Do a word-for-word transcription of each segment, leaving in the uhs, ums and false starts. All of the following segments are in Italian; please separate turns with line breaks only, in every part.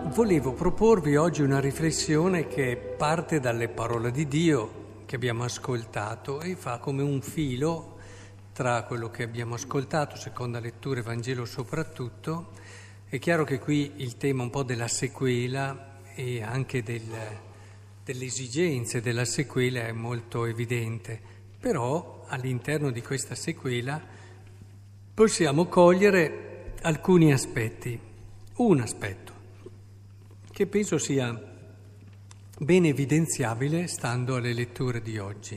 Volevo proporvi oggi una riflessione che parte dalle parole di Dio che abbiamo ascoltato e fa come un filo tra quello che abbiamo ascoltato, seconda lettura e Vangelo soprattutto. È chiaro che qui il tema un po' della sequela e anche del, delle esigenze della sequela è molto evidente, però all'interno di questa sequela possiamo cogliere alcuni aspetti. Un aspetto che penso sia ben evidenziabile stando alle letture di oggi.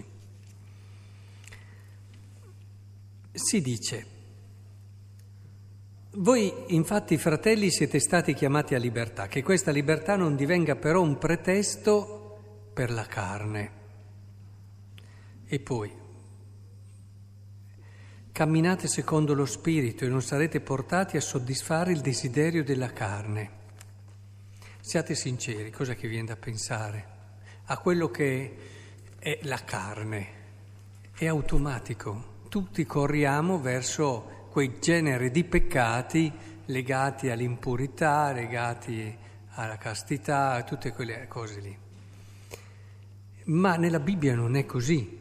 Si dice: voi infatti, fratelli, siete stati chiamati a libertà, che questa libertà non divenga però un pretesto per la carne. E poi, camminate secondo lo Spirito e non sarete portati a soddisfare il desiderio della carne. Siate sinceri, cosa che viene da pensare? A quello che è la carne. È automatico. Tutti corriamo verso quei generi di peccati legati all'impurità, legati alla castità, a tutte quelle cose lì. Ma nella Bibbia non è così.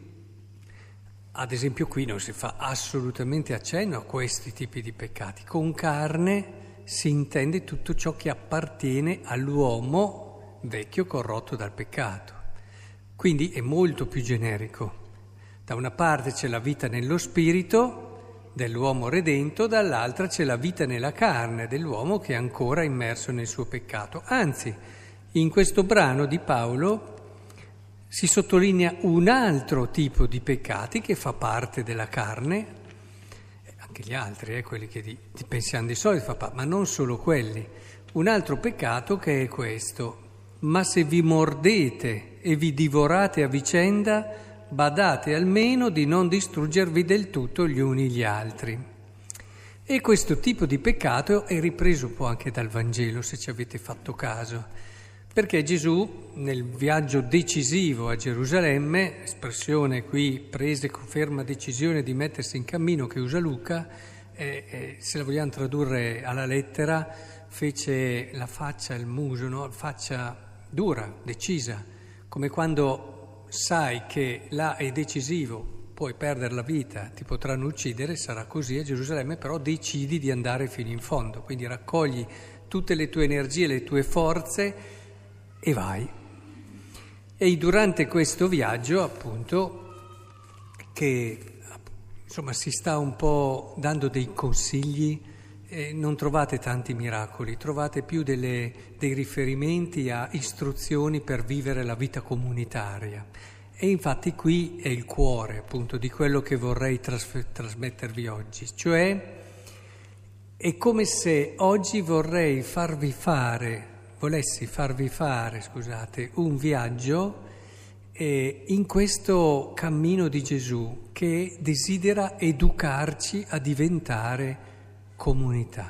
Ad esempio qui non si fa assolutamente accenno a questi tipi di peccati. Con carne si intende tutto ciò che appartiene all'uomo vecchio corrotto dal peccato. Quindi è molto più generico. Da una parte c'è la vita nello spirito dell'uomo redento, dall'altra c'è la vita nella carne dell'uomo che è ancora immerso nel suo peccato. Anzi, in questo brano di Paolo si sottolinea un altro tipo di peccati che fa parte della carne, anche gli altri, eh, quelli che di, di pensiamo di solito fa parte, ma non solo quelli. Un altro peccato che è questo: ma se vi mordete e vi divorate a vicenda, badate almeno di non distruggervi del tutto gli uni gli altri. E questo tipo di peccato è ripreso un po' anche dal Vangelo, se ci avete fatto caso. Perché Gesù, nel viaggio decisivo a Gerusalemme, espressione qui presa con ferma decisione di mettersi in cammino che usa Luca, eh, eh, se la vogliamo tradurre alla lettera, fece la faccia, il muso, no? Faccia dura, decisa, come quando sai che là è decisivo, puoi perdere la vita, ti potranno uccidere, sarà così a Gerusalemme, però decidi di andare fino in fondo, quindi raccogli tutte le tue energie, le tue forze e vai. E durante questo viaggio, appunto, che insomma si sta un po' dando dei consigli, eh, non trovate tanti miracoli, trovate più delle, dei riferimenti a istruzioni per vivere la vita comunitaria. E infatti qui è il cuore, appunto, di quello che vorrei trasf- trasmettervi oggi, cioè è come se oggi vorrei farvi fare volessi farvi fare, scusate, un viaggio eh, in questo cammino di Gesù che desidera educarci a diventare comunità.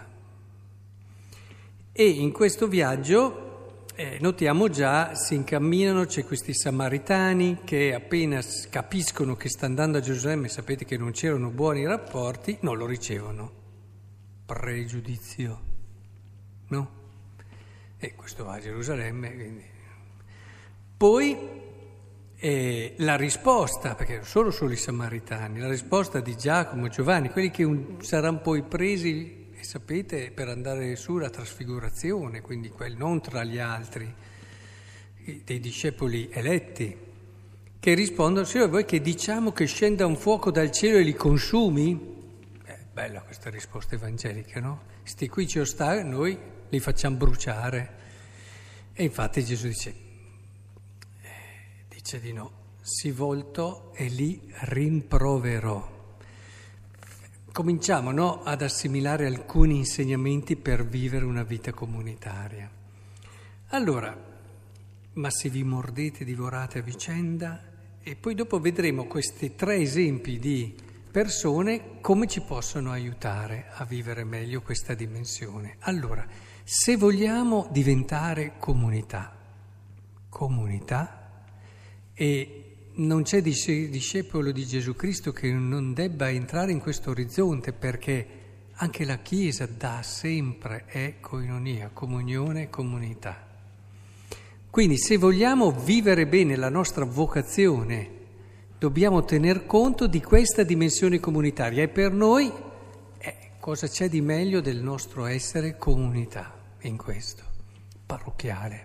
E in questo viaggio eh, notiamo già si incamminano, c'è questi samaritani che appena capiscono che sta andando a Gerusalemme, sapete che non c'erano buoni rapporti, non lo ricevono. Pregiudizio, no? E questo va a Gerusalemme, quindi. Poi eh, la risposta, perché non sono solo i samaritani, la risposta di Giacomo e Giovanni, quelli che un, saranno poi presi, e sapete, per andare sulla trasfigurazione, quindi quel, non tra gli altri, dei discepoli eletti, che rispondono: Signore, voi che diciamo che scenda un fuoco dal cielo e li consumi? Eh, bella questa risposta evangelica, no? Sti qui ci ostare, noi li facciamo bruciare. E infatti Gesù dice, eh, dice di no, si voltò e li rimproverò. Cominciamo, no, ad assimilare alcuni insegnamenti per vivere una vita comunitaria. Allora, ma se vi mordete e divorate a vicenda, e poi dopo vedremo questi tre esempi di persone come ci possono aiutare a vivere meglio questa dimensione. Allora, se vogliamo diventare comunità, comunità, e non c'è discepolo di Gesù Cristo che non debba entrare in questo orizzonte, perché Anche la Chiesa dà sempre, è koinonia, comunione e comunità. Quindi se vogliamo vivere bene la nostra vocazione, dobbiamo tener conto di questa dimensione comunitaria e per noi eh, cosa c'è di meglio del nostro essere comunità in questo, parrocchiale.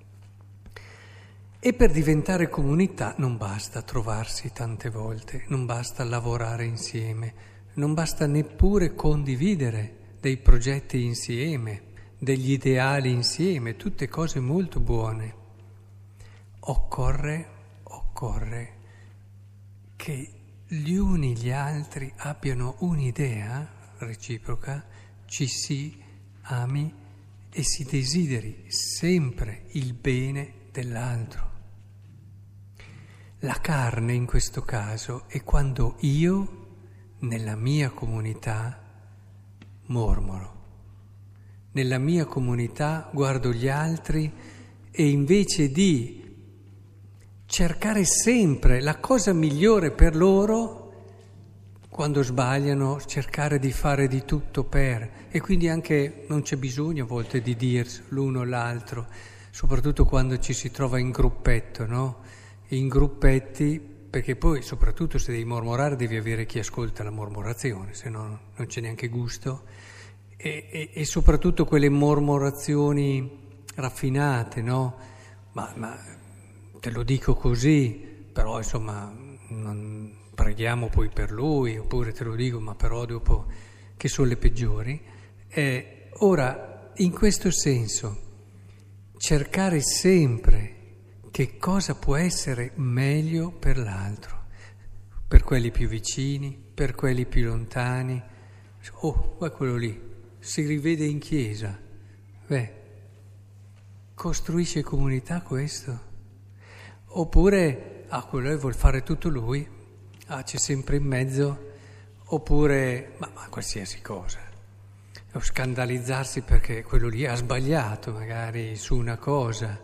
E per diventare comunità non basta trovarsi tante volte, non basta lavorare insieme, non basta neppure condividere dei progetti insieme, degli ideali insieme, tutte cose molto buone. Occorre, occorre che gli uni gli altri abbiano un'idea reciproca, ci si ami e si desideri sempre il bene dell'altro. La carne in questo caso è quando io, nella mia comunità, mormoro. Nella mia comunità guardo gli altri e invece di cercare sempre la cosa migliore per loro, quando sbagliano, cercare di fare di tutto per, e quindi anche non c'è bisogno a volte di dirsi l'uno o l'altro, soprattutto quando ci si trova in gruppetto, no? In gruppetti, perché poi soprattutto se devi mormorare devi avere chi ascolta la mormorazione, se no non c'è neanche gusto, e, e, e soprattutto quelle mormorazioni raffinate, no? Ma, ma te lo dico così, però insomma non preghiamo poi per lui, oppure te lo dico, ma però dopo, che sono le peggiori. Eh, ora, in questo senso, cercare sempre che cosa può essere meglio per l'altro, per quelli più vicini, per quelli più lontani. Oh, guarda quello lì, si rivede in chiesa. Beh, costruisce comunità questo? Oppure, ah, quello lì vuol fare tutto lui, ah, c'è sempre in mezzo, oppure, ma, ma qualsiasi cosa, o scandalizzarsi perché quello lì ha sbagliato magari su una cosa.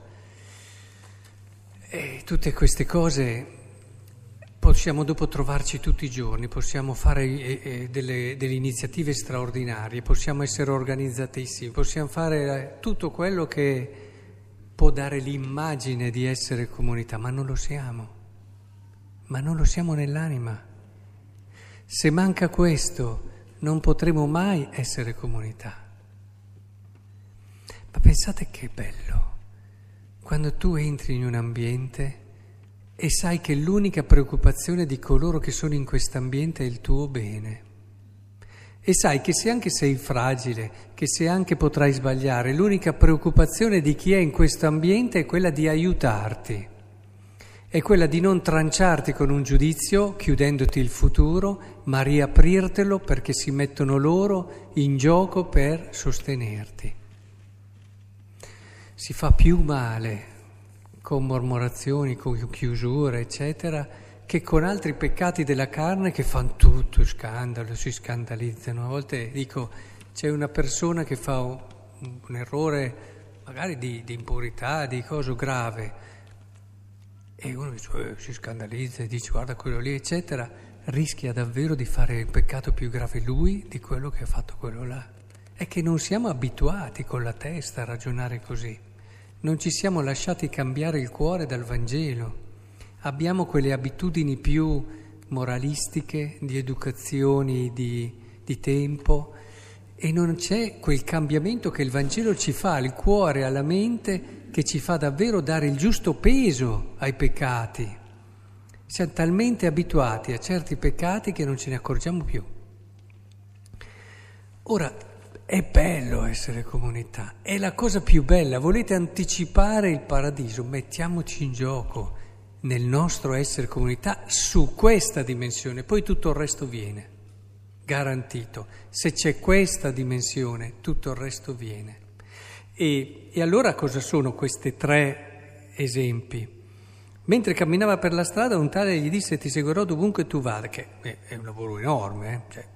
E tutte queste cose possiamo dopo trovarci tutti i giorni, possiamo fare eh, eh, delle, delle iniziative straordinarie, possiamo essere organizzatissimi, possiamo fare tutto quello che può dare l'immagine di essere comunità, ma non lo siamo, ma non lo siamo nell'anima. Se manca questo, non potremo mai essere comunità. Ma pensate che bello, quando tu entri in un ambiente e sai che l'unica preoccupazione di coloro che sono in quest'ambiente è il tuo bene. E sai che se anche sei fragile, che se anche potrai sbagliare, l'unica preoccupazione di chi è in questo ambiente è quella di aiutarti, è quella di non tranciarti con un giudizio chiudendoti il futuro, ma riaprirtelo perché si mettono loro in gioco per sostenerti. Si fa più male con mormorazioni, con chiusure, eccetera, che con altri peccati della carne che fanno tutto scandalo, si scandalizzano. A volte dico, c'è una persona che fa un, un errore magari di, di impurità, di cosa grave, e uno dice, eh, si scandalizza e dice guarda quello lì, eccetera, rischia davvero di fare il peccato più grave lui di quello che ha fatto quello là. È che non siamo abituati con la testa a ragionare così, non ci siamo lasciati cambiare il cuore dal Vangelo. Abbiamo quelle abitudini più moralistiche, di educazioni, di, di tempo, e non c'è quel cambiamento che il Vangelo ci fa al cuore, alla mente, che ci fa davvero dare il giusto peso ai peccati. Siamo talmente abituati a certi peccati che non ce ne accorgiamo più. Ora, è bello essere comunità, è la cosa più bella. Volete anticipare il paradiso? Mettiamoci in gioco nel nostro essere comunità su questa dimensione, poi tutto il resto viene, garantito. Se c'è questa dimensione, tutto il resto viene. E, e allora cosa sono questi tre esempi? Mentre camminava per la strada un tale gli disse ti seguirò dovunque tu vada, che è un lavoro enorme, eh? Cioè,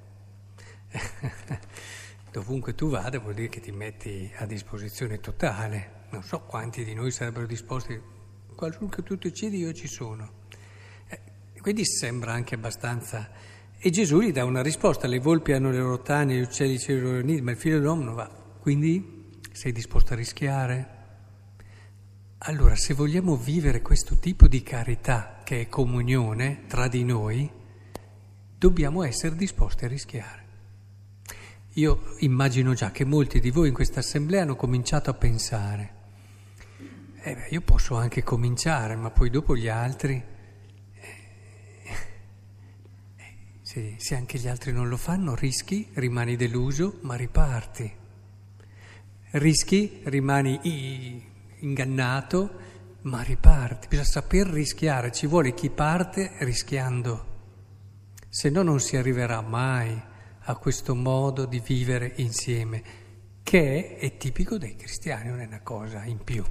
dovunque tu vada vuol dire che ti metti a disposizione totale. Non so quanti di noi sarebbero disposti, qualunque tu decidi io ci sono. Eh, quindi sembra anche abbastanza E Gesù gli dà una risposta: le volpi hanno le loro tane, gli uccelli i loro nidi, ma il figlio dell'uomo non va. Quindi sei disposto a rischiare? Allora, se vogliamo vivere questo tipo di carità, che è comunione tra di noi, dobbiamo essere disposti a rischiare. Io immagino già che molti di voi in questa assemblea hanno cominciato a pensare: eh beh, io posso anche cominciare, ma poi dopo gli altri, eh, eh, se, se anche gli altri non lo fanno, rischi, rimani deluso, ma riparti. Rischi, rimani i, ingannato, ma riparti. Bisogna saper rischiare, ci vuole chi parte rischiando, se no non si arriverà mai a questo modo di vivere insieme, che è, è tipico dei cristiani, non è una cosa in più.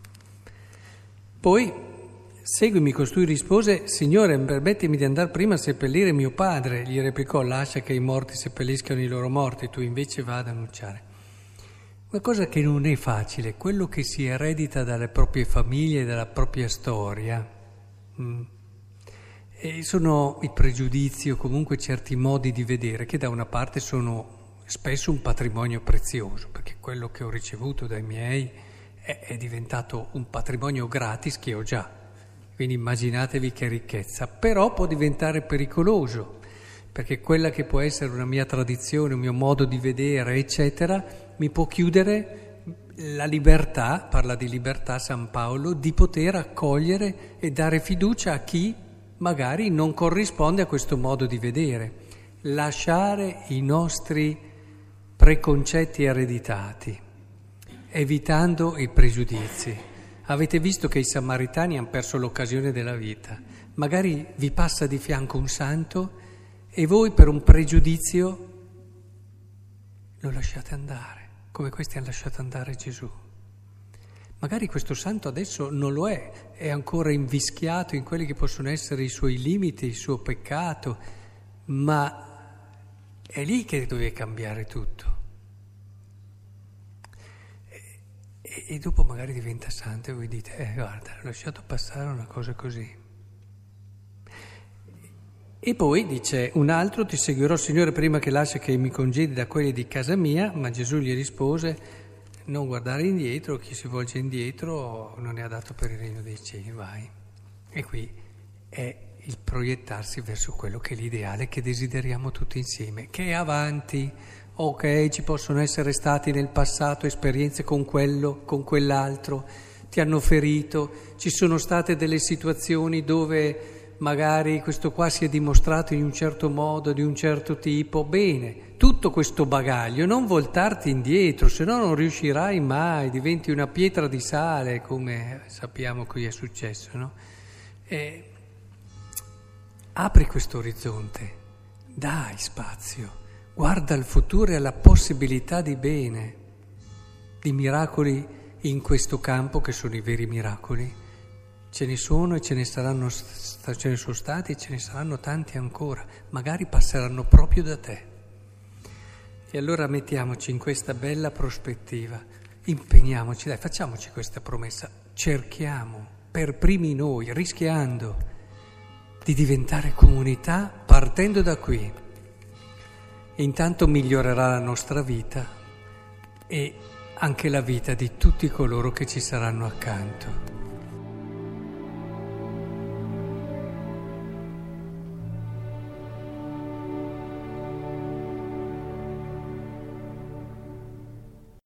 Poi, seguimi, costui rispose: Signore, permettimi di andare prima a seppellire mio padre. Gli replicò: lascia che i morti seppelliscano i loro morti, tu invece va ad annunciare. Una cosa che non è facile, quello che si eredita dalle proprie famiglie e dalla propria storia. Mm. E sono i pregiudizi o comunque certi modi di vedere che da una parte sono spesso un patrimonio prezioso, perché quello che ho ricevuto dai miei è, è diventato un patrimonio gratis che ho già, quindi immaginatevi che ricchezza, però può diventare pericoloso, perché quella che può essere una mia tradizione, un mio modo di vedere, eccetera, mi può chiudere la libertà, parla di libertà San Paolo, di poter accogliere e dare fiducia a chi magari non corrisponde a questo modo di vedere, lasciare i nostri preconcetti ereditati, evitando i pregiudizi. Avete visto che i samaritani hanno perso l'occasione della vita, magari vi passa di fianco un santo e voi per un pregiudizio lo lasciate andare, come questi hanno lasciato andare Gesù. Magari questo santo adesso non lo è, è ancora invischiato in quelli che possono essere i suoi limiti, il suo peccato, ma è lì che deve cambiare tutto. E, e dopo magari diventa santo e voi dite, eh guarda, ho lasciato passare una cosa così. E poi dice, un altro: ti seguirò, Signore, prima che lascia che mi congedi da quelli di casa mia, ma Gesù gli rispose: non guardare indietro, chi si volge indietro non è adatto per il regno dei cieli, vai. E qui è il proiettarsi verso quello che è l'ideale che desideriamo tutti insieme, che è avanti. Ok, ci possono essere stati nel passato esperienze con quello, con quell'altro, ti hanno ferito, ci sono state delle situazioni dove magari questo qua si è dimostrato in un certo modo, di un certo tipo. Bene, tutto questo bagaglio, non voltarti indietro, se no non riuscirai mai, diventi una pietra di sale, come sappiamo qui è successo, no? E apri questo orizzonte, dai spazio, guarda al futuro e alla possibilità di bene, di miracoli in questo campo che sono i veri miracoli. Ce ne sono e ce ne saranno, ce ne sono stati e ce ne saranno tanti ancora, magari passeranno proprio da te. E allora mettiamoci in questa bella prospettiva, impegniamoci, dai, facciamoci questa promessa, cerchiamo per primi noi, rischiando di diventare comunità partendo da qui. E intanto migliorerà la nostra vita e anche la vita di tutti coloro che ci saranno accanto.